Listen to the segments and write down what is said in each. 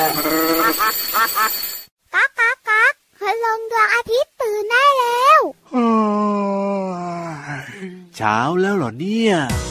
ก๊ากก๊ากก๊ากคืนลงดวงอาทิตย์ตื่นได้แล้วเช้าแล้วเหรอเนี่ย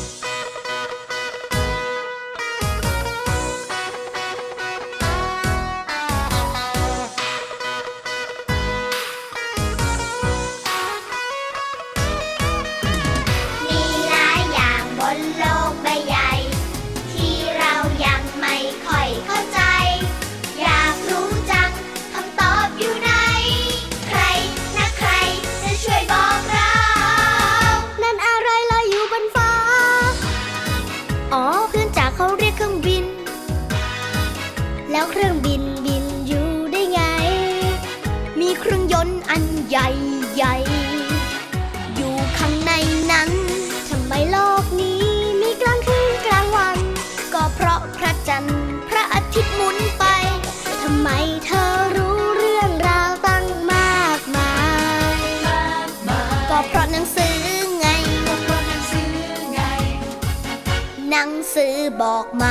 แล้วเครื่องบินบินอยู่ได้ไงมีเครื่องยนต์อันใหญ่ใหญ่อยู่ข้างในนั้นทำไมโลกนี้มีกลางคืนกลางวันก็เพราะพระจันทร์พระอาทิตย์หมุนไปทำไมเธอรู้เรื่องราวตั้งมากมายก็เพราะหนังสือไงหนังสือบอกมา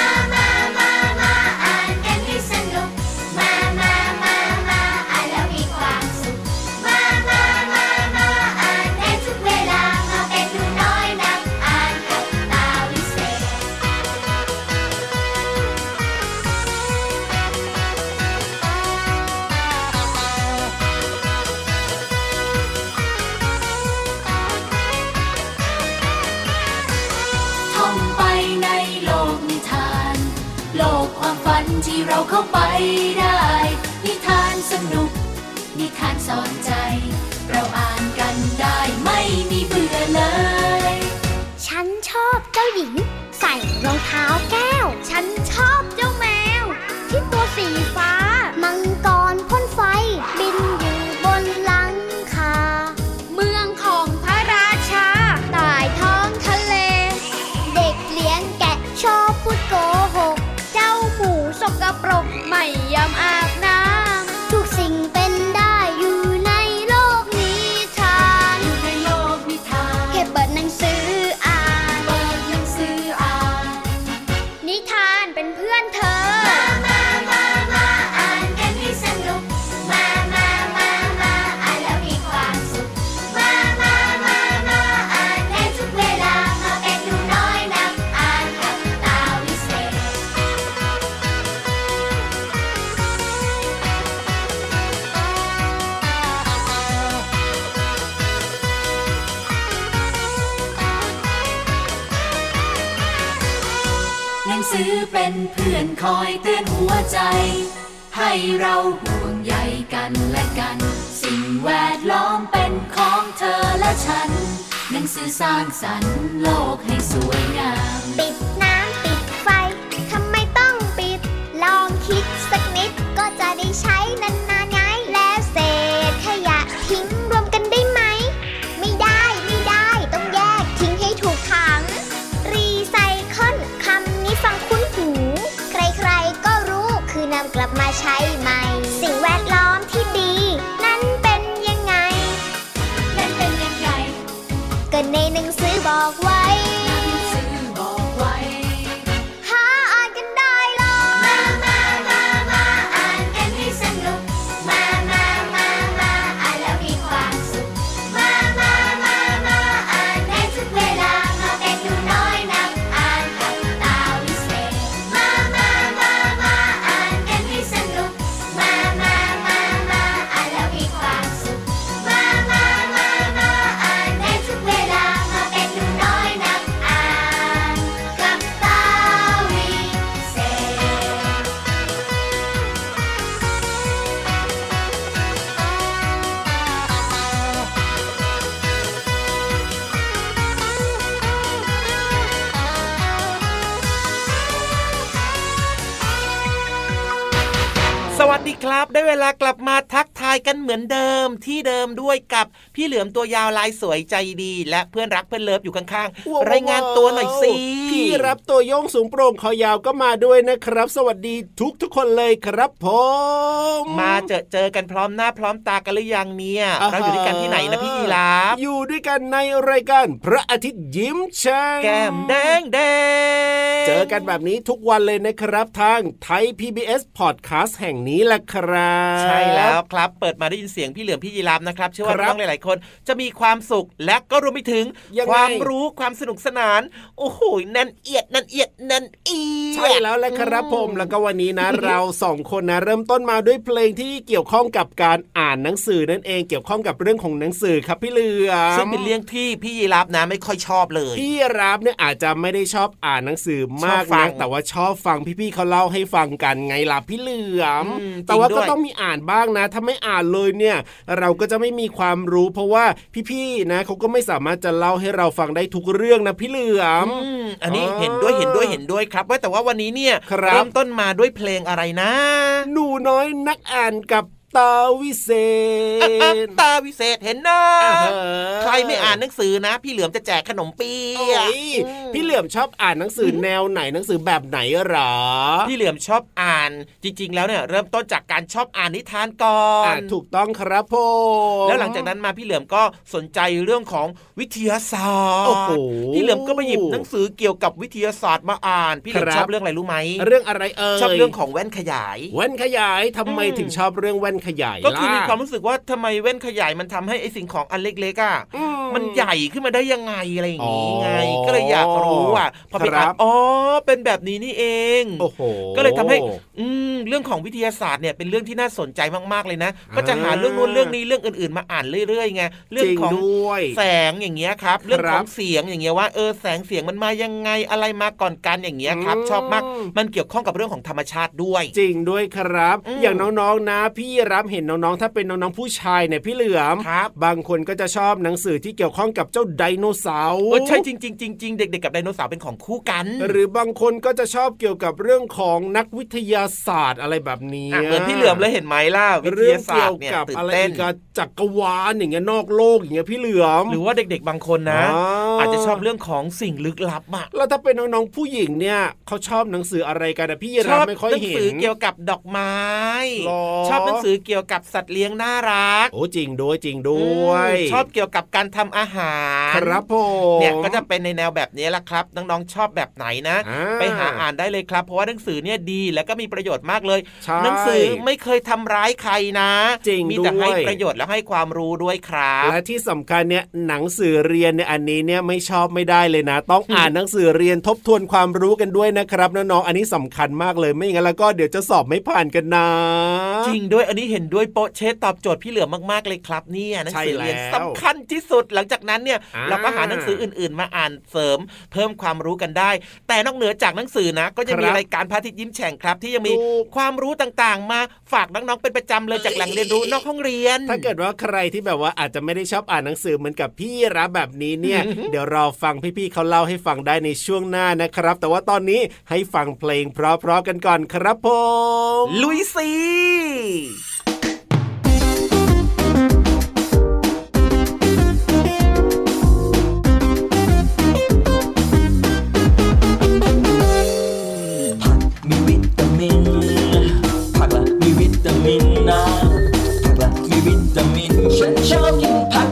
ที่เราเข้าไปได้นิทานสนุกนิทานสอนใจเราอ่านกันได้ไม่มีเบื่อเลยฉันชอบเจ้าหญิงใส่รองเท้าแก้วฉันชอบเจ้าแมวที่ตัวสีฟ้ามังกรพ่นไฟบินอยู่บนหลังคาเมืองของพระราชาใต้ท้องทะเลเด็กเลี้ยงแกะชอบพูดโกหกเจ้าหมูสกปรกไม่ยอมอาบน้ำทุกสิ่งเป็นได้อยู่ในโลกนิทานแค่เปิดหนังสืออ่านนิทานเป็นเพื่อนเธอมาอ่านกันให้สนุกมาอ่านแล้วมีความสุขมาอ่านได้ทุกเวลามาเป็นหนูน้อยนักอ่านกับตาวิเศษหนังสือเป็นเพื่อนคอยเตือนหัวใจให้เราห่วงใยกันและกันสิ่งแวดล้อมเป็นของเธอและฉันหนังสือสร้างสรรค์โลกให้สวยงามปิดน้ำปิดไฟทำไมต้องปิดลองคิดสักนิดก็จะได้ใช้นานๆไงแล้วเศษขยะทิ้งรวมกันได้ไหมไม่ได้ต้องแยกทิ้งให้ถูกถังรีไซเคิลคำนี้ฟังคุ้นหูใครๆก็รู้คือนำกลับมาใช้ใหม่สิ่งแวดล้อมที่ดีนั้นเป็นยังไงก็ในหนังสือบอกไว้หาอ่านกันได้เลยมาอ่านกันให้สนุกมาอ่านแล้วมีความสุขมาอ่านได้ทุกเวลามาเป็นหนูน้อยนักอ่านกับตาวิเศษมาอ่านกันให้สนุกมาอ่านแล้วมีความสุขมาอ่านได้ทุกเวลามาเป็นหนูน้อยสวัสดีครับได้เวลากลับมาทักทายกันเหมือนเดิมที่เดิมด้วยกับพี่เหลือมตัวยาวลายสวยใจดีและเพื่อนรักเพื่อนเลิฟอยู่ข้างๆรายงานตัวหน่อยสิพี่รับตัวโยงสูงโปร่งคอยาวก็มาด้วยนะครับสวัสดีทุกคนเลยครับผมมาเจอกันพร้อมหน้าพร้อมตากันหรือยังเนี่ยเราอยู่ด้วยกันที่ไหนนะพี่ยีราฟอยู่ด้วยกันในรายการพระอาทิตย์ยิ้มแฉ่งแก้มแดงเจอกันแบบนี้ทุกวันเลยนะครับทางไทย PBS Podcast แห่งนี้แหละครับใช่แล้วครับเปิดมาได้ยินเสียงพี่เหลือมพี่ยีราฟนะครับเชื่อว่าน้องหลายๆคนจะมีความสุขและก็รวมไปถึงความรู้ความสนุกสนานโอ้โหนั่นเอียดใช่แล้วแหละครับผมแล้วก็วันนี้นะ เรา2คนนะเริ่มต้นมาด้วยเพลงที่เกี่ยวข้องกับการอ่านหนังสือนั่นเองเกี่ยวข้องกับเรื่องของหนังสือครับพี่เหลือมซึ่งเป็นเรื่องที่พี่ยีราฟนะไม่ค่อยชอบเลยพี่ยีราฟเนี่ยอาจจะไม่ได้ชอบอ่านหนังสือมากนักแต่ว่าชอบฟังพี่ๆเขาเล่าให้ฟังกันไงล่ะพี่เหลือมแต่ว่าก็ต้องมีอ่านบ้างนะถ้าไม่อ่านเลยเนี่ยเราก็จะไม่มีความรู้เพราะว่าพี่ๆนะเขาก็ไม่สามารถจะเล่าให้เราฟังได้ทุกเรื่องนะพี่เหลือมอันนี้เห็นด้วยครับว่าแต่ว่าวันนี้เนี่ยเริ่มต้นมาด้วยเพลงอะไรนะหนูน้อยนักอ่านกับตาวิเศษตาวิเศษเห็นนะใครไม่อ่านหนังสือนะพี่เหลือมจะแจกขนมปี๊ยะพี่เหลือมชอบอ่านหนังสือแนวไหนหนังสือแบบไหนหรอพี่เหลือมชอบอ่านจริงๆแล้วเนี่ยเริ่มต้นจากการชอบอ่านนิทานก่อนถูกต้องครับผมแล้วหลังจากนั้นมาพี่เหลือมก็สนใจเรื่องของวิทยาศาสตร์พี่เหลือมก็ไปหยิบหนังสือเกี่ยวกับวิทยาศาสตร์มาอ่านพี่เหลือมชอบเรื่องอะไรรู้ไหมเรื่องอะไรชอบเรื่องของแว่นขยายทำไมถึงชอบเรื่องแว่นขยายก็คือมีความรู้สึกว่าทำไมแว่นขยายมันทำให้ไอ้สิ่งของอันเล็กๆอ่ะมันใหญ่ขึ้นมาได้ยังไงอะไรอย่างงี้ไงก็เลยอยากรู้อ่ะพอไปอ่านเป็นแบบนี้นี่เองก็เลยทำให้เรื่องของวิทยาศาสตร์เนี่ยเป็นเรื่องที่น่าสนใจมากๆเลยนะก็จะหาเรื่องนู้นเรื่องนี้เรื่องอื่นๆมาอ่านเรื่อยๆไงเรื่องของแสงอย่างเงี้ยครับเรื่องของเสียงอย่างเงี้ยว่าแสงเสียงมันมายังไงอะไรมาก่อนกันอย่างเงี้ยครับชอบมากมันเกี่ยวข้องกับเรื่องของธรรมชาติด้วยจริงด้วยครับอย่างน้องๆนะพี่รับเห็นน้องๆถ้าเป็นน้องๆผู้ชายเนี่ยพี่เหลือมบางคนก็จะชอบหนังสือที่เกี่ยวข้องกับเจ้าไดโนเสาร์ใช่จริงๆเด็กๆกับไดโนเสาร์เป็นของคู่กันหรือบางคนก็จะชอบเกี่ยวกับเรื่องของนักวิทยาศาสตร์อะไรแบบนี้เหมือนพี่เหลือมเลยเห็นไหมล่ะวิทยาศาสตร์เนี่ยตื่นเต้นกับจักรวาลอย่างเงี้ยนอกโลกอย่างเงี้ยพี่เหลือมหรือว่าเด็กๆบางคนนะอาจจะชอบเรื่องของสิ่งลึกลับอ่ะแล้วถ้าเป็นน้องๆผู้หญิงเนี่ยเขาชอบหนังสืออะไรกันพี่รับไม่ค่อยเห็นชอบหนังสือเกี่ยวกับดอกไม้ชอบหนังสือเกี่ยวกับสัตว์เลี้ยงน่ารักโอ้จริงด้วยชอบเกี่ยวกับการทำอาหารครับผมเนี่ยก็จะเป็นในแนวแบบนี้แหละครับน้องๆชอบแบบไหนนะไปหาอ่านได้เลยครับเพราะว่าหนังสือเนี่ยดีแล้วก็มีประโยชน์มากเลยหนังสือไม่เคยทำร้ายใครนะมีแต่ให้ประโยชน์และให้ความรู้ด้วยครับและที่สำคัญเนี่ยหนังสือเรียนเนี่ยอันนี้เนี่ยไม่ชอบไม่ได้เลยนะต้องอ่านหนังสือเรียนทบทวนความรู้กันด้วยนะครับน้องๆอันนี้สำคัญมากเลยไม่งั้นแล้วก็เดี๋ยวจะสอบไม่ผ่านกันนะจริงด้วยอันนี้เห็นด้วยโป๊ะเช๊ตอบโจทย์พี่เหลือมากๆเลยครับเนี่ยหนังสือเรียนสำคัญที่สุดหลังจากนั้นเนี่ยเราก็หาหนังสืออื่นๆมาอ่านเสริมเพิ่มความรู้กันได้แต่นอกเหนือจากหนังสือนะก็จะมีรายการพระอาทิตย์ยิ้มแฉ่งครับที่ยังมีความรู้ต่างๆมาฝากน้องๆเป็นประจำเลยจากแหล่งเรียนรู้นอกห้องเรียนถ้าเกิดว่าใครที่แบบว่าอาจจะไม่ได้ชอบอ่านหนังสือเหมือนกับพี่รับแบบนี้เนี่ย เดี๋ยวรอฟังพี่ๆเขาเล่าให้ฟังได้ในช่วงหน้านะครับแต่ว่าตอนนี้ให้ฟังเพลงเพราะๆกันก่อนครับผมลุยสิฉันชอบกินผัก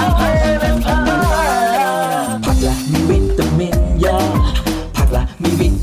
ผักละมีวิตามินเยอะผักละมีวิ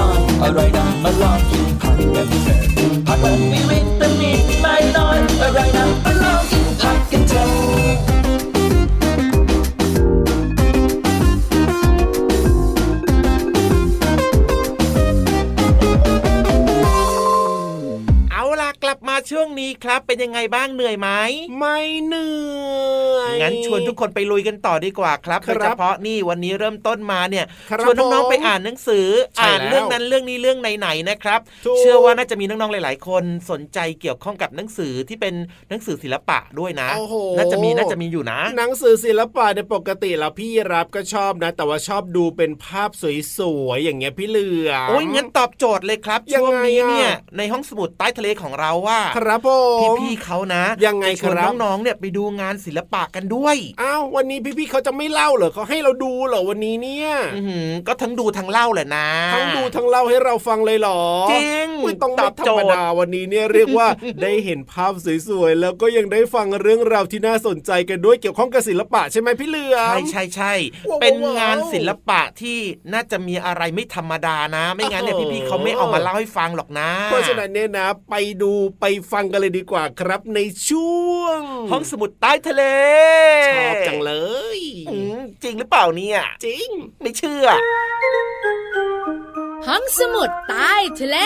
อยอร่อยนะมาลองกินผักกันเถอะผักมันมีวิตามินไม่น้อยอร่อยนะมาลองกินผักกันเถอะกลับมาช่วงนี้ครับเป็นยังไงบ้างเหนื่อยไหมไม่เหนื่อยงั้นชวนทุกคนไปลุยกันต่อดีกว่าครับโดยเฉพาะนี่วันนี้เริ่มต้นมาเนี่ยชวนน้องๆไปอ่านหนังสืออ่านเรื่องนั้นเรื่องนี้เรื่องไหนๆนะครับเชื่อว่าน่าจะมีน้องๆหลายๆคนสนใจเกี่ยวข้องกับหนังสือที่เป็นหนังสือศิลปะด้วยนะน่าจะมีอยู่นะหนังสือศิลปะในปกติแล้วพี่รับก็ชอบนะแต่ว่าชอบดูเป็นภาพสวยๆอย่างเงี้ยพี่เหลือโอ้ยงั้นตอบโจทย์เลยครับช่วงนี้เนี่ยในห้องสมุดใต้ทะเลของเราว่าครับผมพี่ๆเขานะยังไงชวนน้องๆเนี่ยไปดูงานศิลปะกันด้วยอ้าววันนี้พี่ๆเขาจะไม่เล่าเหรอเขาให้เราดูเหรอวันนี้เนี่ยก็ทั้งดูทั้งเล่าแหละนะทั้งดูทั้งเล่าให้เราฟังเลยเหรอจริงไม่ต้องตอบธรรมดาวันนี้เนี่ยเรียกว่า ได้เห็นภาพสวยๆแล้วก็ยังได้ฟังเรื่องราวที่น่าสนใจกันด้วยเกี่ยวข้องกับศิลปะใช่ไหมพี่เหลือใช่เป็นงานศิลปะที่น่าจะมีอะไรไม่ธรรมดานะไม่งั้นเนี่ยพี่ๆเขาไม่เอามาเล่าให้ฟังหรอกนะเพราะฉะนั้นเนี่ยนะไปดูไปฟังกันเลยดีกว่าครับในช่วงห้องสมุดใต้ทะเลชอบจังเลยจริงหรือเปล่าเนี่ยจริงไม่เชื่อห้องสมุดใต้ทะเล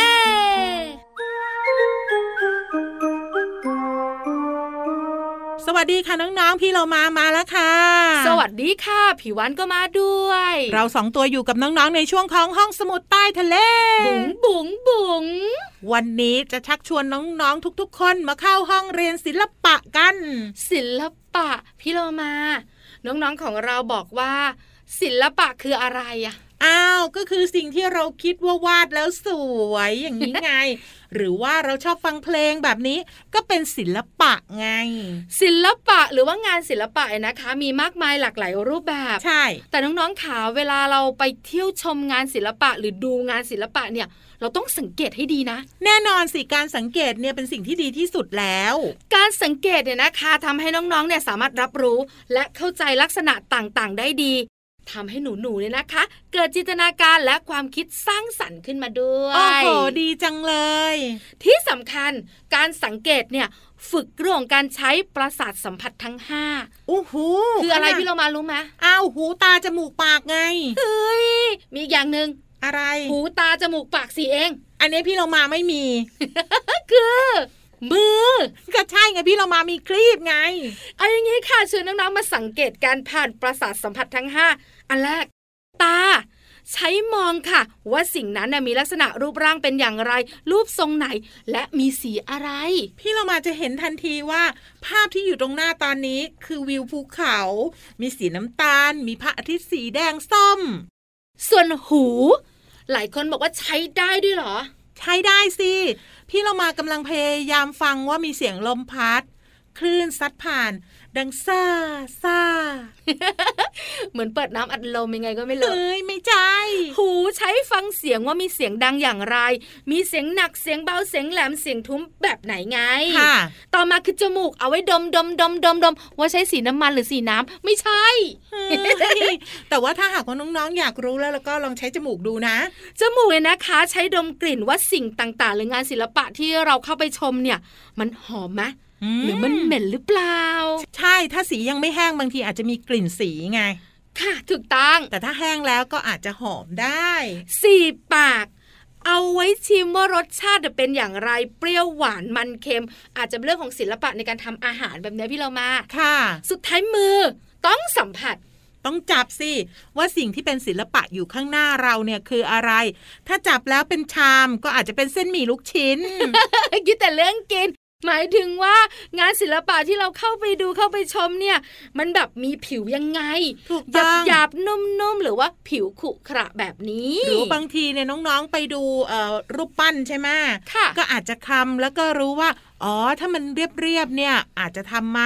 สวัสดีค่ะน้องๆพี่เรามาแล้วค่ะสวัสดีค่ะพี่วันก็มาด้วยเราสองตัวอยู่กับน้องๆในช่วงของห้องสมุดใต้ทะเลบุ๋งบุ๋งบุ๋งวันนี้จะชักชวนน้องๆทุกๆคนมาเข้าห้องเรียนศิลปะกันศิลปะพี่เรามาน้องๆของเราบอกว่าศิลปะคืออะไรอะอ้าวก็คือสิ่งที่เราคิดว่าวาดแล้วสวยอย่างนี้ไง หรือว่าเราชอบฟังเพลงแบบนี้ก็เป็นศิลปะไงศิลปะหรือว่างานศิลปะนะคะมีมากมายหลากหลายรูปแบบใช่แต่น้องๆขาเวลาเราไปเที่ยวชมงานศิลปะหรือดูงานศิลปะเนี่ยเราต้องสังเกตให้ดีนะแน่นอนสิการสังเกตเนี่ยเป็นสิ่งที่ดีที่สุดแล้วการสังเกตเนี่ยนะคะทำให้น้องๆเนี่ยสามารถรับรู้และเข้าใจลักษณะต่างๆได้ดีทำให้หนูๆเนี่ยนะคะเกิดจินตนาการและความคิดสร้างสรรค์ขึ้นมาด้วยโอ้โหดีจังเลยที่สำคัญการสังเกตเนี่ยฝึกเรื่องการใช้ประสาทสัมผัสทั้ง5 โอ้โหคืออะไรพี่เรามารู้ไหมอ้าวหูตาจมูกปากไงเฮ้ยมีอย่างนึงอะไรหูตาจมูกปากสิเองอันนี้พี่เรามาไม่มีคือมือก็ใช่ไงพี่เรามามีครีบไงเอาอย่างงี้ค่ะชวนน้องๆมาสังเกตการผ่านประสาทสัมผัสทั้ง5อันแรกตาใช้มองค่ะว่าสิ่งนั้นมีลักษณะรูปร่างเป็นอย่างไรรูปทรงไหนและมีสีอะไรพี่เรามาจะเห็นทันทีว่าภาพที่อยู่ตรงหน้าตอนนี้คือวิวภูเขามีสีน้ำตาลมีพระอาทิตย์สีแดงส้มส่วนหูหลายคนบอกว่าใช้ได้ด้วยเหรอใช้ได้สิพี่เรามากำลังพยายามฟังว่ามีเสียงลมพัดคลื่นซัดผ่านดังซ่าซ่าเหมือนเปิดน้ำอัดลมยังไงก็ไม่รู้ไม่ใช่หูใช้ฟังเสียงว่ามีเสียงดังอย่างไรมีเสียงหนักเสียงเบาเสียงแหลมเสียงทุ้มแบบไหนไงต่อมาคือจมูกเอาไว้ดมว่าใช้สีน้ำมันหรือสีน้ำไม่ใช่แต่ว่าถ้าหากว่าน้องๆอยากรู้แล้วก็ลองใช้จมูกดูนะจมูกเนี่ยนะคะใช้ดมกลิ่นว่าสิ่งต่างๆหรืองานศิลปะที่เราเข้าไปชมเนี่ยมันหอมไหมหรือมันเหม็นหรือเปล่าใช่ถ้าสียังไม่แห้งบางทีอาจจะมีกลิ่นสีไงค่ะถูกต้องแต่ถ้าแห้งแล้วก็อาจจะหอมได้สีปากเอาไว้ชิมว่ารสชาติเป็นอย่างไรเปรี้ยวหวานมันเค็มอาจจะเป็นเรื่องของศิลปะในการทำอาหารแบบนี้พี่เรามาค่ะสุดท้ายมือต้องสัมผัสต้องจับสิว่าสิ่งที่เป็นศิลปะอยู่ข้างหน้าเราเนี่ยคืออะไรถ้าจับแล้วเป็นชามก็อาจจะเป็นเส้นหมี่ลูกชิ้นคิดแต่เรื่องกินหมายถึงว่างานศิลปะที่เราเข้าไปดูเข้าไปชมเนี่ยมันแบบมีผิวยังไงหยาบๆนุ่มๆหรือว่าผิวขรุขระแบบนี้หรือบางทีเนี่ยน้องๆไปดูรูปปั้นใช่ไหมก็อาจจะคลำแล้วก็รู้ว่าอ๋อถ้ามันเรียบๆเนี่ยอาจจะทำมาจาก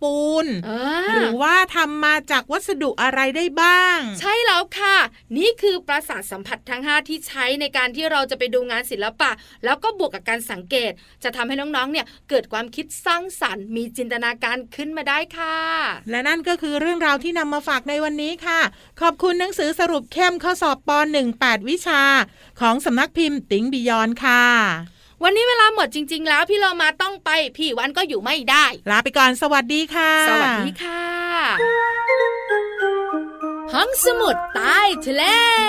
ปูนหรือว่าทำมาจากวัสดุอะไรได้บ้างใช่แล้วค่ะนี่คือประสาทสัมผัสทั้ง5ที่ใช้ในการที่เราจะไปดูงานศิลปะแล้วก็บวกกับการสังเกตจะทำให้น้องๆเนี่ยเกิดความคิดสร้างสรรค์มีจินตนาการขึ้นมาได้ค่ะและนั่นก็คือเรื่องราวที่นำมาฝากในวันนี้ค่ะขอบคุณหนังสือสรุปเข้มข้อสอบป.1 8 วิชาของสำนักพิมพ์Think Beyondค่ะวันนี้เวลาหมดจริงๆแล้วพี่เรามาต้องไปพี่วันก็อยู่ไม่ได้ลาไปก่อนสวัสดีค่ะสวัสดีค่ะห้องสมุดใต้ทะเล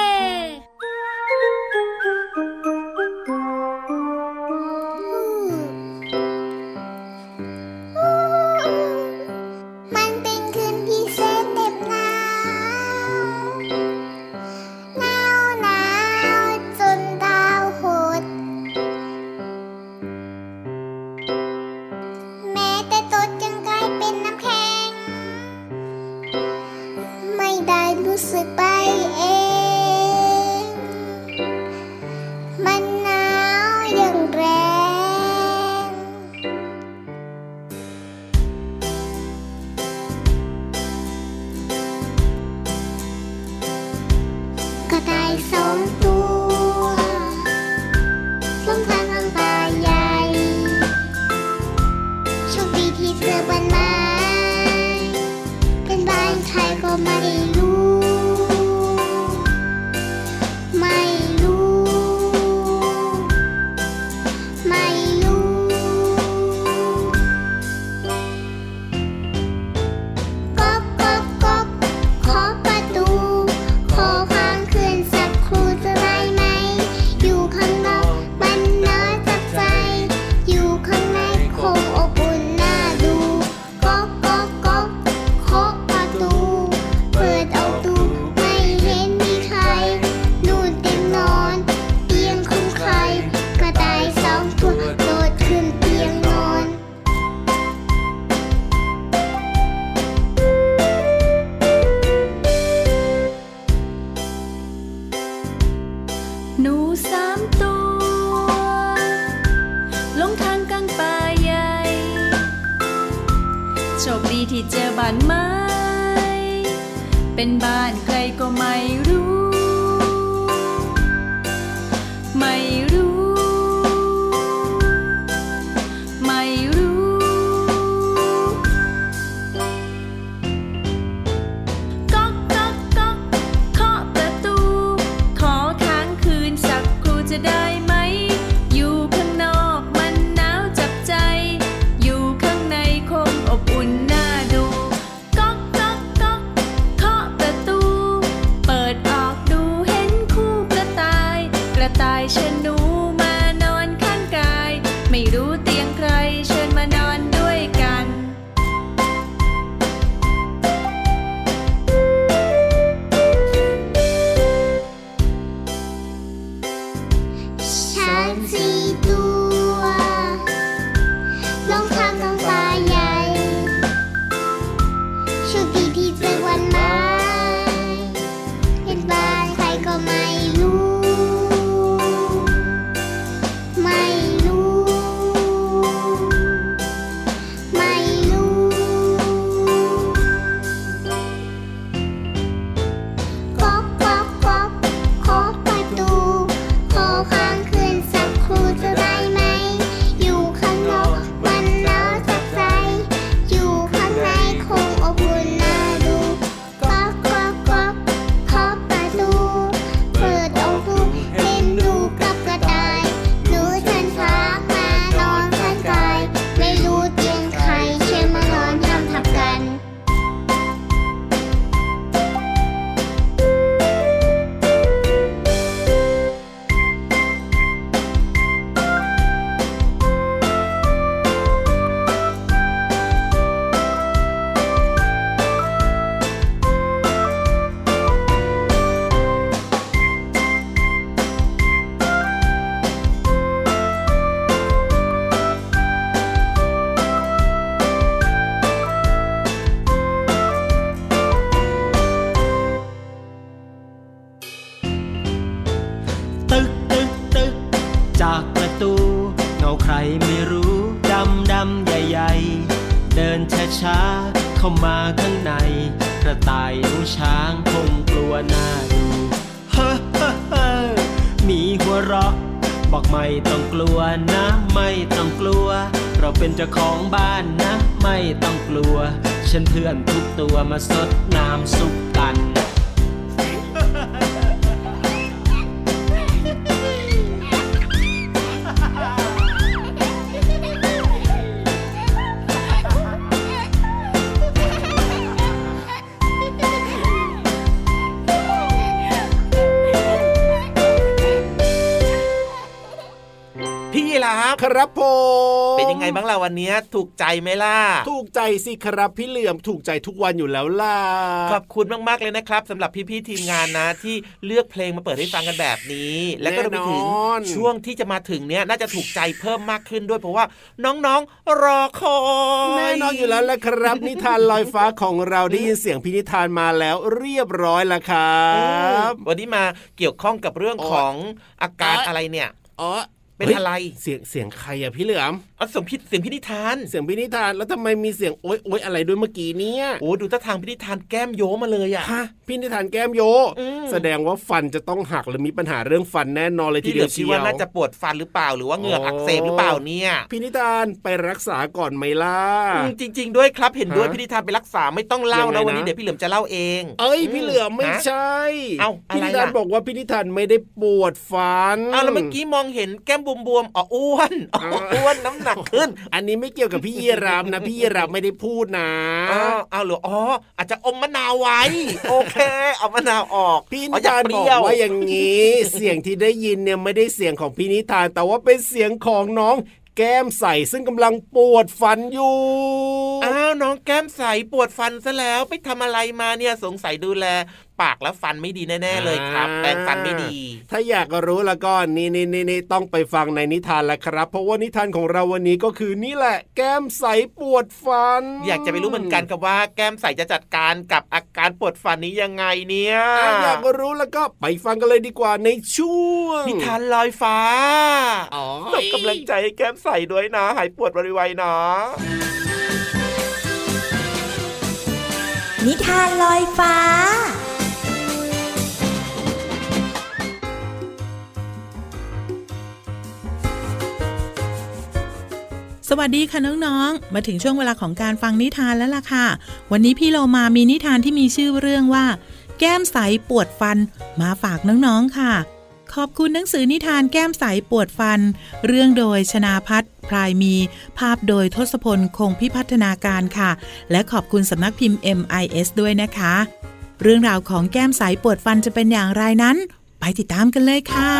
รู้สึกไปเองมันหนาวอย่างแรงกระต่าย2 ตัวลงทางกลางป่าใหญ่โชคดีที่เจอบ้านไม้เป็นบ้านใครก็ไม่รู้ที่เจอบ้านไม้เป็นบ้านใครก็ไม่รู้ไม่รู้ไม่รู้ก๊อกก๊อกก๊อกเคาะประตูขอค้างคืนสักครู่จะได้ไหมอยู่ข้างนอกมันหนาวจับใจอยู่ข้างในคงอบอุ่นน่าดูก๊อกก๊อกก๊อกเคาะประตูเปิดออกดูเห็นคู่กระต่ายเชิญหนูมานอนข้างกายไม่รู้เตียงใครเชิญมานอนด้วยกันช้าง4 ตัวลงทางกลางป่าใหญ่โชคดีที่เจอวันไม้เป็นบ้านใครก็ไม่รู้ไม่รู้ไม่รู้ก๊อกก๊อกก๊อกเคาะประตูขอค้างคืนสักครู่จะได้ไหมอยู่ข้างนอกมันหนาวจับใจอยู่ข้างในคงอบอุ่นน่าดูก๊อกก๊อกก๊อกเคาะประตูเปิดออกดูเห็นดูกับกระต่ายหนูฉันชักมานอนข้างกายไม่รู้เตียงใครเชิญมานอนห้ามทับกันตึกตึกตึกจากประตูเงาใครไม่รู้ดำดำใหญ่ใหญ่เดินช้าๆเข้ามาข้างในกระต่ายหูช้างคงกลัวหน้าดูเฮ้อมีหัวเราะบอกไม่ต้องกลัวนะไม่ต้องกลัวเราเป็นเจ้าของบ้านนะไม่ต้องกลัวฉันเพื่อนทุกตัวมาสดน้ำซุปกันครับผมเป็นยังไงบ้างล่ะวันนี้ถูกใจไหมล่ะถูกใจสิครับพี่เหลื่อมถูกใจทุกวันอยู่แล้วล่ะขอบคุณมากๆเลยนะครับสำหรับพี่ๆทีมงานนะที่เลือกเพลงมาเปิดให้ฟังกันแบบนี้แล้วก็รวมไปถึงช่วงที่จะมาถึงเนี้ยน่าจะถูกใจเพิ่มมากขึ้นด้วยเพราะว่าน้องๆรอคอยแน่นอนอยู่แล้วแหละครับ นิทานลอยฟ้าของเราได้ยินเสียงพี่นิทานมาแล้วเรียบร้อยแล้วครับวันนี้มาเกี่ยวข้องกับเรื่องของอาการอะไรเนี่ยเป็นอะไรเสียงใครอะพี่เหลือมเสียงพี่นิทานเสียงพี่นิทานแล้วทำไมมีเสียงโอ๊ยอะไรด้วยเมื่อกี้เนี่ยโอ้ดูท่าทางพี่นิทานแก้มโยมาเลยอะฮะพี่นิทานแก้มโยแสดงว่าฟันจะต้องหักหรือมีปัญหาเรื่องฟันแน่นอนเลยทีเดียวคิดว่าน่าจะปวดฟันหรือเปล่าหรือว่าเหงือกอักเสบหรือเปล่าเนี่ยพี่นิทานไปรักษาก่อนไหมล่ะจริงๆด้วยครับเห็นด้วยพี่นิทานไปรักษาไม่ต้องเล่านะวันนี้เดี๋ยวพี่เหลือมจะเล่าเองพี่เหลือมไม่ใช่พี่นิทานบอกว่าพี่นิทานไม่ได้ปวดฟันแล้วเมื่อกี้มองเห็นแก้มบวมๆอ้วนน้ำหนักขึ้นอันนี้ไม่เกี่ยวกับพี่ยีราฟนะพี่ยีราฟไม่ได้พูดนะเอาเหรออาจจะอมมะนาวไว้โอเคเอามะนาวออกพี่นิทานบอกว่าอย่างนี้เสียงที่ได้ยินเนี่ยไม่ได้เสียงของพี่นิทานแต่ว่าเป็นเสียงของน้องแก้มใสซึ่งกำลังปวดฟันอยู่น้องแก้มใสปวดฟันซะแล้วไปทำอะไรมาเนี่ยสงสัยดูแลปากและฟันไม่ดีแน่ๆเลยครับแปรงฟันไม่ดีถ้าอยากรู้แล้วก็นี่ต้องไปฟังในนิทานแล้วครับเพราะว่านิทานของเราวันนี้ก็คือนี่แหละแก้มใสปวดฟันอยากจะไปรู้เหมือนกันครับว่าแก้มใสจะจัดการกับอาการปวดฟันนี้ยังไงเนี่ยอยากรู้แล้วก็ไปฟังกันเลยดีกว่าในช่วงนิทานลอยฟ้าส่งกำลังใจให้แก้มใสด้วยนะหายปวดไวๆนะนิทานลอยฟ้าสวัสดีค่ะน้องๆมาถึงช่วงเวลาของการฟังนิทานแล้วล่ะค่ะวันนี้พี่เรามามีนิทานที่มีชื่อเรื่องว่าแก้มใสปวดฟันมาฝากน้องๆค่ะขอบคุณหนังสือนิทานแก้มใสปวดฟันเรื่องโดยชนาภัทรพลายมีภาพโดยทศพลคงพิพัฒนาการค่ะและขอบคุณสำนักพิมพ์ MIS ด้วยนะคะเรื่องราวของแก้มใสปวดฟันจะเป็นอย่างไรนั้นไปติดตามกันเลยค่ะ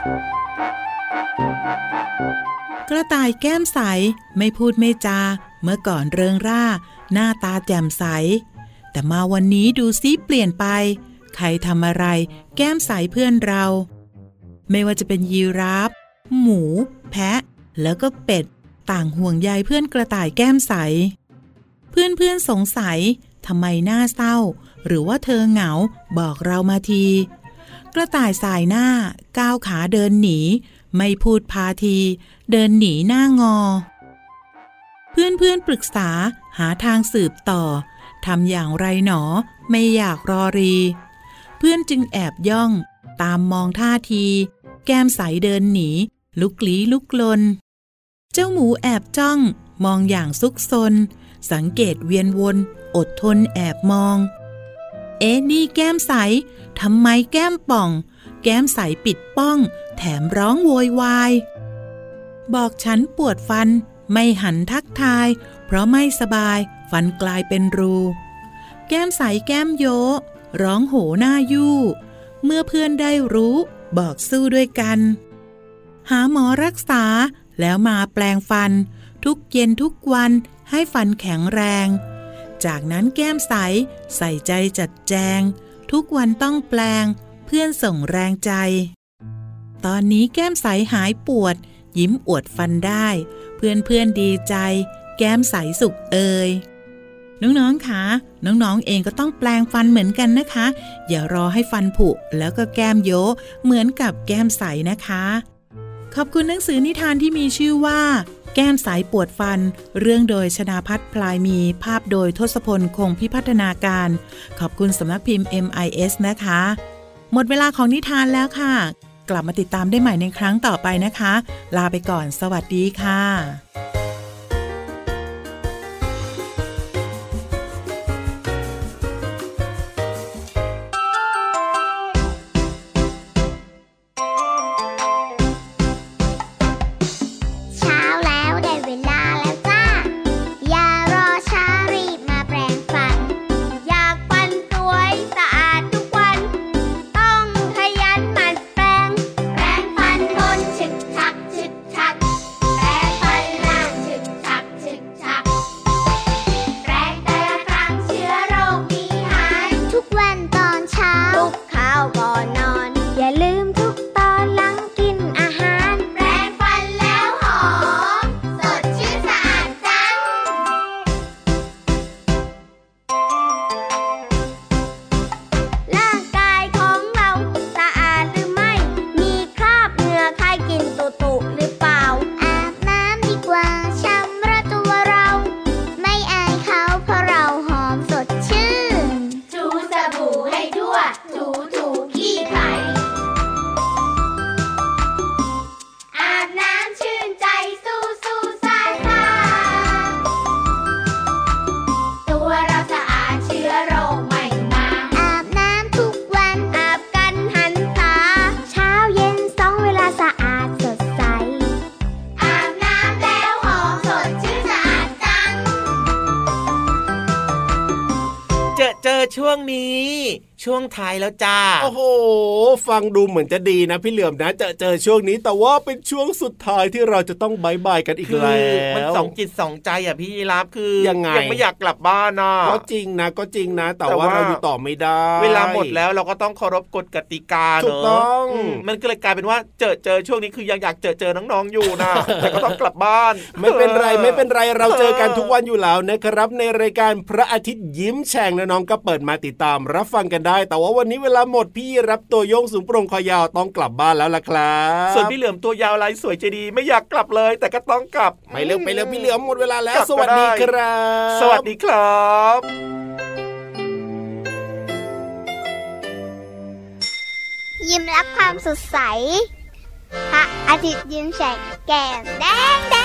กระต่ายแก้มใสไม่พูดไม่จาเมื่อก่อนเริงร่าหน้าตาแจ่มใสแต่มาวันนี้ดูซิเปลี่ยนไปใครทำอะไรแก้มใสเพื่อนเราไม่ว่าจะเป็นยีราฟหมูแพะแล้วก็เป็ดต่างห่วงใยเพื่อนกระต่ายแก้มใสเพื่อนสงสัยทำไมหน้าเศร้าหรือว่าเธอเหงาบอกเรามาทีกระต่ายสายหน้าก้าวขาเดินหนีไม่พูดพาทีเดินหนีหน้างอเพื่อนปรึกษาหาทางสืบต่อทำอย่างไรหนอไม่อยากรอรีเพื่อนจึงแอบย่องตามมองท่าทีแก้มใสเดินหนีลุกลี้ลุกลนเจ้าหมูแอบจ้องมองอย่างซุกซนสังเกตเวียนวนอดทนแอบมองนี่แก้มใสทำไมแก้มป่องแก้มใสปิดป้องแถมร้องโวยวายบอกฉันปวดฟันไม่หันทักทายเพราะไม่สบายฟันกลายเป็นรูแก้มใสแก้มโยร้องโหหน้ายู่เมื่อเพื่อนได้รู้บอกสู้ด้วยกันหาหมอรักษาแล้วมาแปลงฟันทุกเย็นทุกวันให้ฟันแข็งแรงจากนั้นแก้มใสใส่ใจจัดแจงทุกวันต้องแปลงเพื่อนส่งแรงใจตอนนี้แก้มใสหายปวดยิ้มอวดฟันได้เพื่อนดีใจแก้มใสสุขเอ่ยน้องๆคะน้องๆเองก็ต้องแปลงฟันเหมือนกันนะคะอย่ารอให้ฟันผุแล้วก็แก้มโยเหมือนกับแก้มใสนะคะขอบคุณหนังสือนิทานที่มีชื่อว่าแก้มใสปวดฟันเรื่องโดยชนาภัทรพลายมีภาพโดยทศพลคงพิพัฒนาการขอบคุณสำนักพิมพ์ MIS นะคะหมดเวลาของนิทานแล้วค่ะกลับมาติดตามได้ใหม่ในครั้งต่อไปนะคะลาไปก่อนสวัสดีค่ะช่วงนี้ช่วงท้ายแล้วจ้าโอ้โหฟังดูเหมือนจะดีนะพี่เหลือมนะเจอช่วงนี้แต่ว่าเป็นช่วงสุดท้ายที่เราจะต้องบายบายกันอีกแล้วมันสองจิตสองใจอ่ะพี่รับคือยังไม่อยากกลับบ้านนะก็จริงนะแต่ว่าเราอยู่ต่อไม่ได้เวลาหมดแล้วเราก็ต้องเคารพกฎกติกาเนอะถูกต้องมันก็เลยกลายเป็นว่าเจอช่วงนี้คือยังอยากเจอน้องๆอยู่นะแต่ก็ต้องกลับบ้านไม่เป็นไรเราเจอกันทุกวันอยู่แล้วนะครับในรายการพระอาทิตย์ยิ้มแฉ่งน้องๆก็เปิดมาติดตามรับฟังกันได้แต่ว่าวันนี้เวลาหมดพี่รับตัวโยงสูงโปร่งคอยาวต้องกลับบ้านแล้วล่ะครับส่วนพี่เหลือมตัวยาวลายสวยใจดีไม่อยากกลับเลยแต่ก็ต้องกลับไปเร็วพี่เหลือมหมดเวลาแล้วสวัสดีครับสวัสดีครับยิ้มรับความสดใสพระอาทิตย์ยิ้มแฉกแก้มแดง